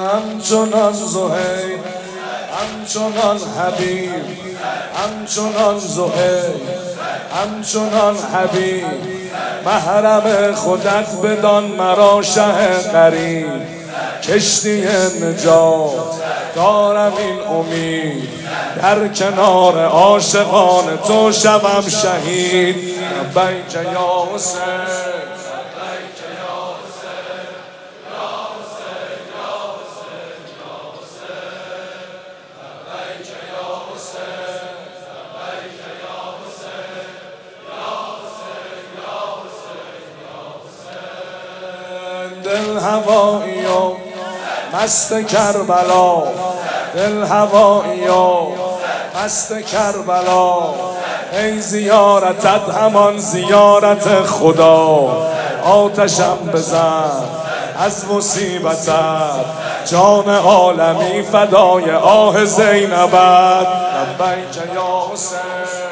همچنان زهیر، همچنان حبیب، همچنان زهیر، همچنان حبیب. محرم خودت بدان مرا شه قریب، کشتی نجات دارم این امید، در کنار عاشقان تو شوم شهید. لبیک یا حسین، دل هوایی و مست کربلا، دل هوایی و مست کربلا. ای زیارتت همان زیارت خدا، آتشم بزن از مصیبتت، جان عالمی فدای آه زینبت. لبیک یا حسین،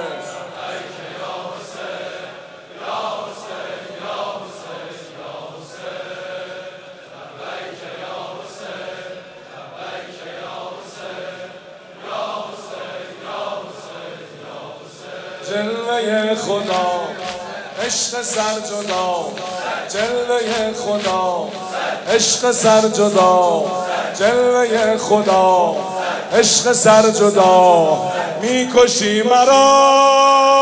جلوه خدا عشق سر جدا، جلوه خدا عشق سر جدا، جلوه خدا عشق سر جدا. میکشی مرا